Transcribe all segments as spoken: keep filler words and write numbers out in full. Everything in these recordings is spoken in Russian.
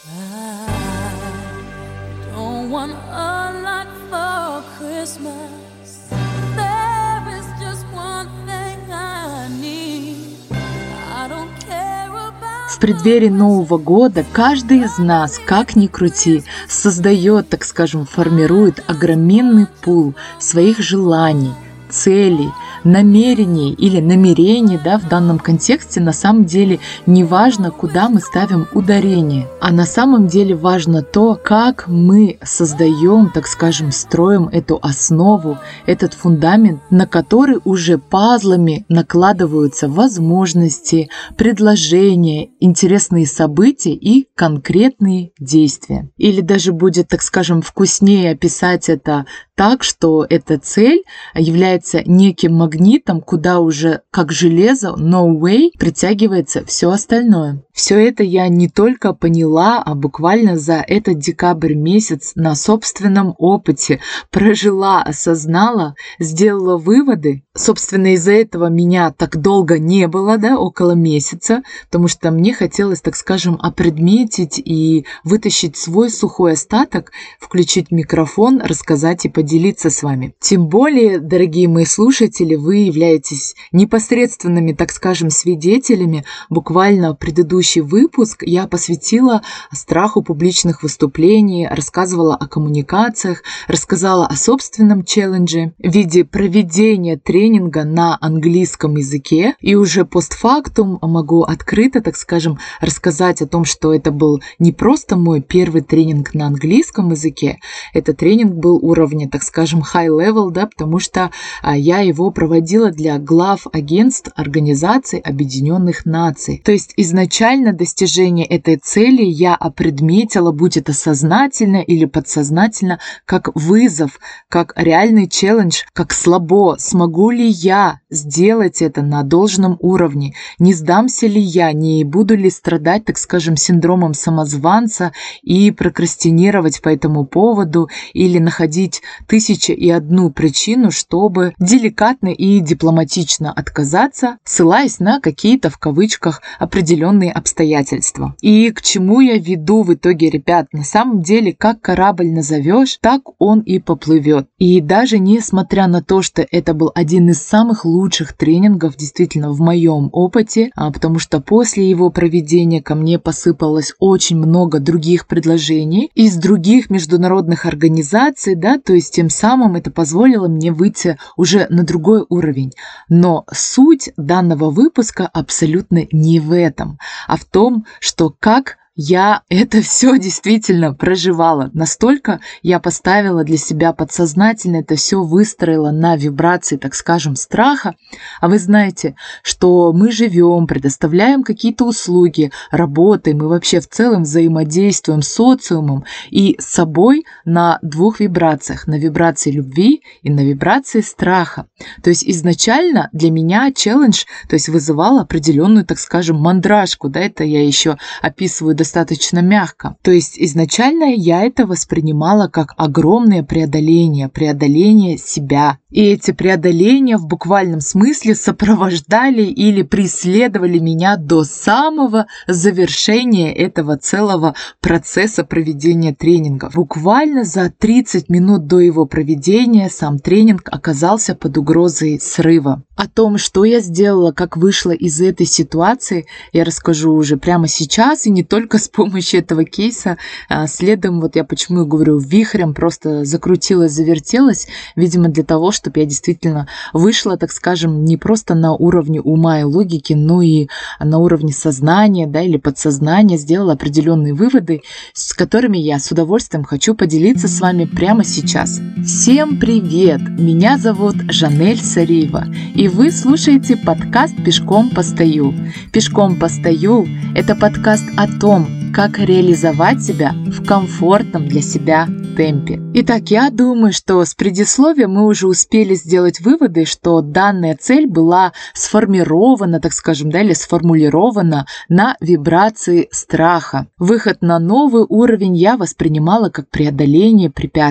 I don't want a lot for Christmas. There is just one thing I need. I don't care about. В преддверии Нового года каждый из нас, как ни крути, создает, так скажем, формирует огроменный пул своих желаний, целей, намерений или намерений, да, в данном контексте на самом деле не важно, куда мы ставим ударение, а на самом деле важно то, как мы создаем, так скажем, строим эту основу, этот фундамент, на который уже пазлами накладываются возможности, предложения, интересные события и конкретные действия. Или даже будет, так скажем, вкуснее описать это так, что эта цель является неким магнитом, куда уже как железо, no way, притягивается все остальное. Все это я не только поняла, а буквально за этот декабрь месяц на собственном опыте прожила, осознала, сделала выводы. Собственно, из-за этого меня так долго не было, да, около месяца, потому что мне хотелось, так скажем, опредметить и вытащить свой сухой остаток, включить микрофон, рассказать и поделиться с вами. Тем более, дорогие мои слушатели, вы являетесь непосредственными, так скажем, свидетелями. Буквально предыдущий выпуск я посвятила страху публичных выступлений, рассказывала о коммуникациях, рассказала о собственном челлендже в виде проведения тренинга на английском языке. И уже постфактум могу открыто, так скажем, рассказать о том, что это был не просто мой первый тренинг на английском языке, это тренинг был уровня, так скажем, high level, да, потому что я его проводила для глав агентств Организации Объединенных Наций. То есть изначально достижение этой цели я опредметила, будь это сознательно или подсознательно, как вызов, как реальный челлендж, как слабо, смогу ли я сделать это на должном уровне, не сдамся ли я, не буду ли страдать, так скажем, синдромом самозванца и прокрастинировать по этому поводу или находить тысячу и одну причину, чтобы деликатно и дипломатично отказаться, ссылаясь на какие-то в кавычках определенные обстоятельства. И к чему я веду в итоге, ребят? На самом деле, как корабль назовешь, так он и поплывет. И даже несмотря на то, что это был один из самых лучших тренингов действительно в моем опыте, а потому что после его проведения ко мне посыпалось очень много других предложений из других международных организаций, да, то есть тем самым это позволило мне выйти уже на другой уровень. Но суть данного выпуска абсолютно не в этом, а в том, что как я это все действительно проживала. Настолько я поставила для себя подсознательно, это все выстроила на вибрации, так скажем, страха. А вы знаете, что мы живем, предоставляем какие-то услуги, работаем, мы вообще в целом взаимодействуем с социумом и с собой на двух вибрациях, на вибрации любви и на вибрации страха. То есть изначально для меня челлендж, то есть вызывал определенную, так скажем, мандражку, да, это я еще описываю достаточно мягко. То есть изначально я это воспринимала как огромное преодоление, преодоление себя. И эти преодоления в буквальном смысле сопровождали или преследовали меня до самого завершения этого целого процесса проведения тренинга. Буквально за тридцать минут до его проведения сам тренинг оказался под угрозой срыва. О том, что я сделала, как вышла из этой ситуации, я расскажу уже прямо сейчас, и не только с помощью этого кейса. Следом, вот я почему и говорю, вихрем просто закрутилась, завертелась, видимо, для того, чтобы я действительно вышла, так скажем, не просто на уровне ума и логики, но и на уровне сознания, да, или подсознания, сделала определенные выводы, с которыми я с удовольствием хочу поделиться с вами прямо сейчас. Всем привет! Меня зовут Жанель Сариева, и вы слушаете подкаст «Пешком постою». «Пешком постою» — это подкаст о том, как реализовать себя в комфортном для себя темпе. Итак, я думаю, что с предисловием мы уже успели сделать выводы, что данная цель была сформирована, так скажем, да, или сформулирована на вибрации страха. Выход на новый уровень я воспринимала как преодоление препятствий.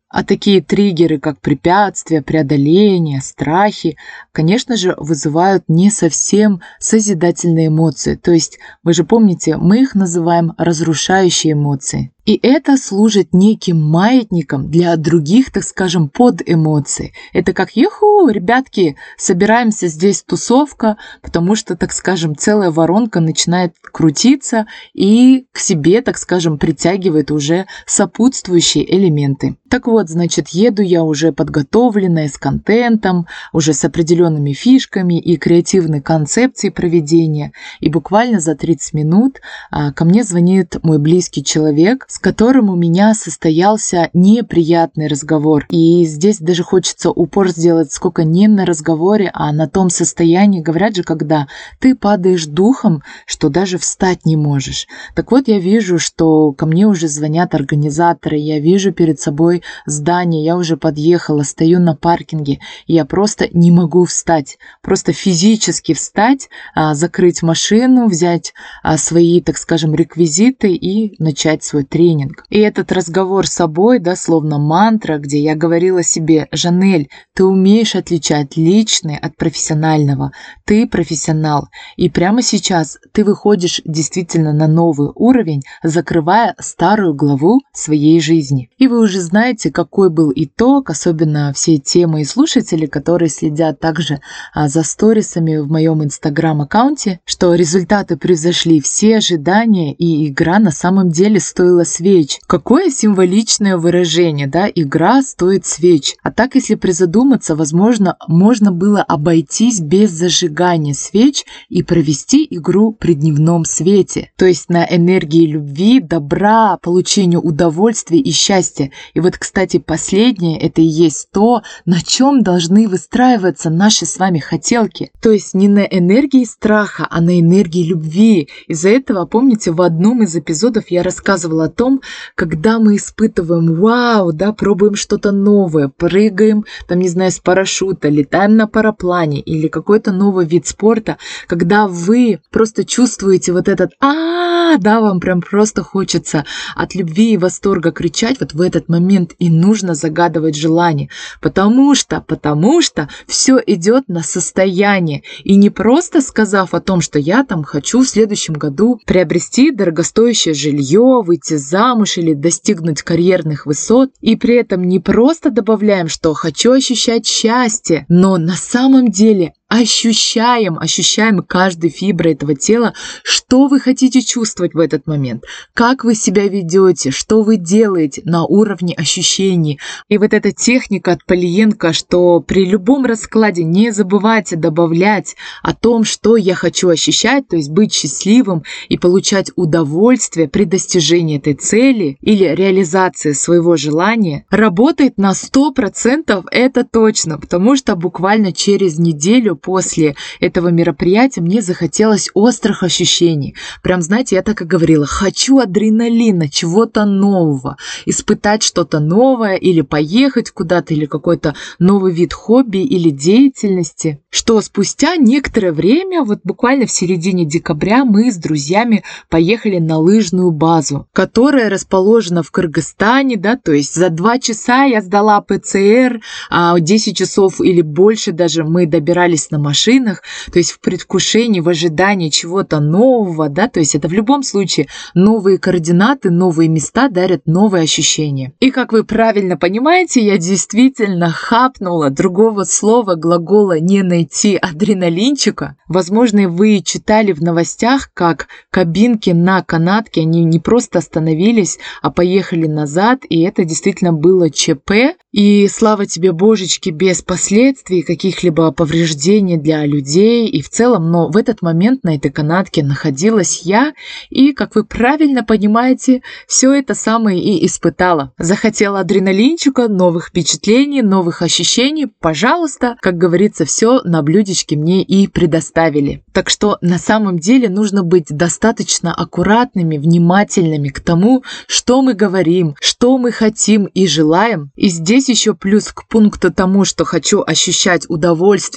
А такие триггеры, как препятствия, преодоление, страхи, конечно же, вызывают не совсем созидательные эмоции. То есть, вы же помните, мы их называем разрушающие эмоции. И это служит неким маятником для других, так скажем, подэмоций. Это как «Юху, ребятки, собираемся, здесь тусовка», потому что, так скажем, целая воронка начинает крутиться и к себе, так скажем, притягивает уже сопутствующие элементы. Так вот, значит, еду я уже подготовленная, с контентом, уже с определенными фишками и креативной концепцией проведения. И буквально за тридцать минут а, ко мне звонит мой близкий человек, с которым у меня состоялся неприятный разговор. И здесь даже хочется упор сделать сколько не на разговоре, а на том состоянии. Говорят же, когда ты падаешь духом, что даже встать не можешь. Так вот, я вижу, что ко мне уже звонят организаторы, я вижу перед собой здание, я уже подъехала, стою на паркинге, и я просто не могу встать. Просто физически встать, закрыть машину, взять свои, так скажем, реквизиты и начать свой тренинг. И этот разговор с собой, да, словно мантра, где я говорила себе: «Жанель, ты умеешь отличать личное от профессионального, ты профессионал». И прямо сейчас ты выходишь действительно на новый уровень, закрывая старую главу своей жизни. И вы уже знаете, какой был итог, особенно все те мои слушатели, которые следят также за сторисами в моем инстаграм-аккаунте, что результаты превзошли все ожидания, и игра на самом деле стоила свеч. Какое символичное выражение, да, игра стоит свеч. А так, если призадуматься, возможно, можно было обойтись без зажигания свеч и провести игру при дневном свете. То есть на энергии любви, добра, получению удовольствия и счастья. И вот, кстати, последнее, это и есть то, на чем должны выстраиваться наши с вами хотелки. То есть не на энергии страха, а на энергии любви. Из-за этого, помните, в одном из эпизодов я рассказывала о том, когда мы испытываем вау, да, пробуем что-то новое, прыгаем, там, не знаю, с парашюта, летаем на параплане или какой-то новый вид спорта, когда вы просто чувствуете вот этот а, да, вам прям просто хочется от любви и восторга кричать, вот в этот момент и нужно загадывать желание, потому что, потому что все идет на состояние, и не просто сказав о том, что я там хочу в следующем году приобрести дорогостоящее жилье, выйти замуж или достигнуть карьерных высот, и при этом не просто добавляем, что хочу ощущать счастье, но на самом деле ощущаем, ощущаем каждой фиброй этого тела, что вы хотите чувствовать в этот момент, как вы себя ведете, что вы делаете на уровне ощущений. И вот эта техника от Полиенко, что при любом раскладе не забывайте добавлять о том, что я хочу ощущать, то есть быть счастливым и получать удовольствие при достижении этой цели или реализации своего желания, работает на сто процентов, это точно, потому что буквально через неделю после этого мероприятия мне захотелось острых ощущений. Прям, знаете, я так и говорила, хочу адреналина, чего-то нового, испытать что-то новое или поехать куда-то, или какой-то новый вид хобби или деятельности. Что спустя некоторое время, вот буквально в середине декабря, мы с друзьями поехали на лыжную базу, которая расположена в Кыргызстане, да, то есть за два часа я сдала ПЦР, а десять часов или больше даже мы добирались на машинах, то есть в предвкушении, в ожидании чего-то нового, да, то есть это в любом случае новые координаты, новые места дарят новые ощущения. И как вы правильно понимаете, я действительно хапнула, другого слова, глагола не найти, адреналинчика. Возможно, вы читали в новостях, как кабинки на канатке, они не просто остановились, а поехали назад, и это действительно было ЧП. И слава тебе, божечки, без последствий, каких-либо повреждений для людей и в целом, но в этот момент на этой канатке находилась я, и, как вы правильно понимаете, все это самое и испытала. Захотела адреналинчика, новых впечатлений, новых ощущений, пожалуйста, как говорится, все на блюдечке мне и предоставили. Так что на самом деле нужно быть достаточно аккуратными, внимательными к тому, что мы говорим, что мы хотим и желаем. И здесь еще плюс к пункту тому, что хочу ощущать удовольствие и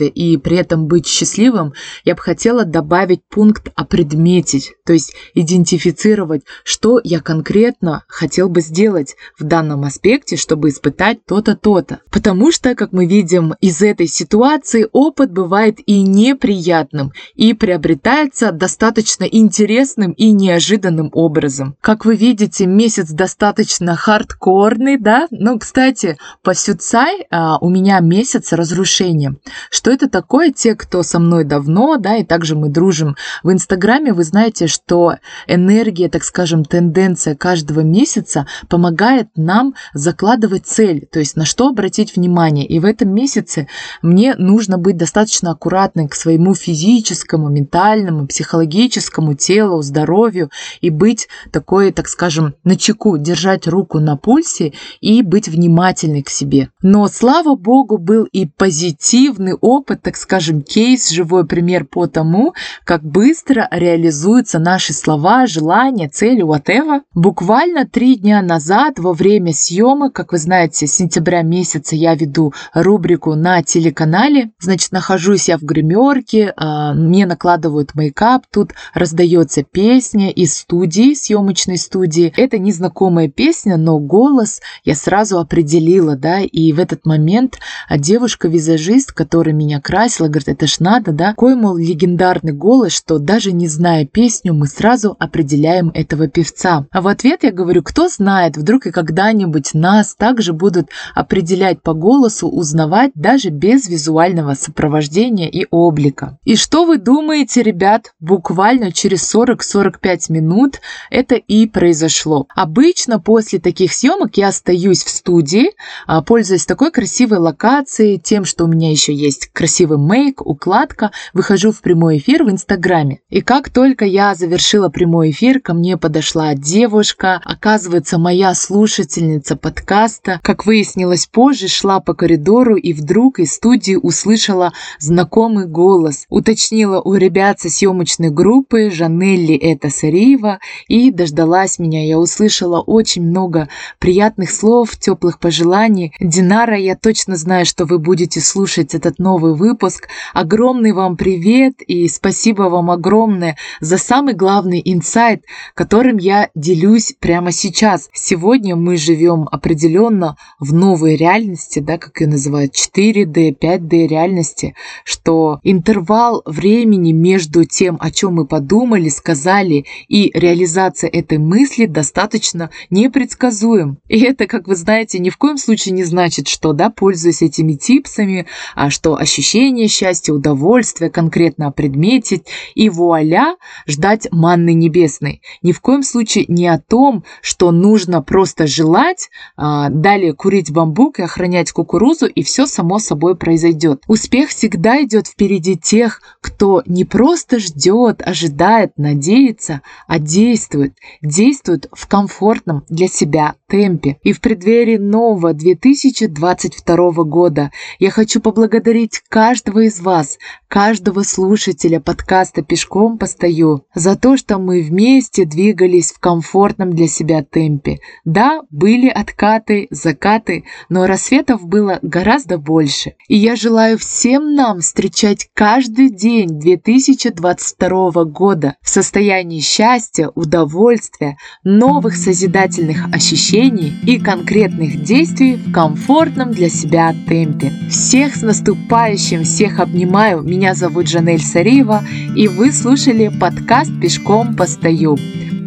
при этом быть счастливым, я бы хотела добавить пункт «опредметить», то есть идентифицировать, что я конкретно хотел бы сделать в данном аспекте, чтобы испытать то-то, то-то. Потому что, как мы видим из этой ситуации, опыт бывает и неприятным, и приобретается достаточно интересным и неожиданным образом. Как вы видите, месяц достаточно хардкорный, да? Но, кстати, по Сюцай а, у меня месяц разрушения. Что это такое? Те, кто со мной давно, да, и также мы дружим в Инстаграме, вы знаете, что энергия, так скажем, тенденция каждого месяца помогает нам закладывать цель, то есть на что обратить внимание. И в этом месяце мне нужно быть достаточно аккуратной к своему физическому, ментальному, психологическому телу, здоровью и быть такой, так скажем, начеку, держать руку на пульсе и быть внимательной к себе. Но, слава богу, был и позитивный опыт, так скажем, кейс, живой пример по тому, как быстро реализуются наши слова, желания, цели, whatever. Буквально три дня назад во время съемок, как вы знаете, с сентября месяца я веду рубрику на телеканале, значит, нахожусь я в гримерке, мне накладывают мейкап, тут раздается песня из студии, съемочной студии. Это незнакомая песня, но голос я сразу определила, да, и в этот момент девушка-визажист, которая меня красила, говорит, это ж надо, да, какой, мол, легендарный голос, что даже не зная песню, мы сразу определяем этого певца. А в ответ я говорю, кто знает, вдруг и когда-нибудь нас также будут определять по голосу, узнавать даже без визуального сопровождения и облика. И что вы думаете, ребят, буквально через сорок-сорок пять минут это и произошло. Обычно после таких съемок я остаюсь в студии, пользуясь такой красивой локацией, тем, что у меня еще есть красивый мейк, укладка, выхожу в прямой эфир в Инстаграме. И как только я завершила прямой эфир, ко мне подошла девушка, оказывается, моя слушательница подкаста, как выяснилось позже, шла по коридору и вдруг из студии услышала знакомый голос. Уточнила у ребят со съемочной группы, Жанелли это Сариева, и дождалась меня. Я услышала очень много приятных слов, теплых пожеланий. Динара, я точно знаю, что вы будете слушать этот новый выпуск. Огромный вам привет и спасибо вам огромное за самый главный инсайт, которым я делюсь прямо сейчас. Сегодня мы живем определенно в новой реальности, да, как ее называют, четыре дэ, пять дэ реальности, что интервал времени между тем, о чем мы подумали, сказали, и реализация этой мысли достаточно непредсказуем. И это, как вы знаете, ни в коем случае не значит, что, да, пользуясь этими типсами, а что ощущение счастья, удовольствия конкретно опредметить и вуаля, ждать манны небесной. Ни в коем случае не о том, что нужно просто желать, а далее курить бамбук и охранять кукурузу, и все само собой произойдет. Успех всегда идет впереди тех, кто не просто ждет, ожидает, надеется, а действует. Действует в комфортном для себя темпе. И в преддверии нового две тысячи двадцать второго года я хочу поблагодарить каждого из вас, каждого слушателя подкаста «Пешком постою» за то, что мы вместе двигались в комфортном для себя темпе. Да, были откаты, закаты, но рассветов было гораздо больше. И я желаю всем нам встречать каждый день две тысячи двадцать второго года в состоянии счастья, удовольствия, новых созидательных ощущений и конкретных действий в комфортном для себя темпе. Всех с наступающим, всех обнимаю. Меня зовут Жанель Сариева, и вы слушали подкаст «Пешком постою».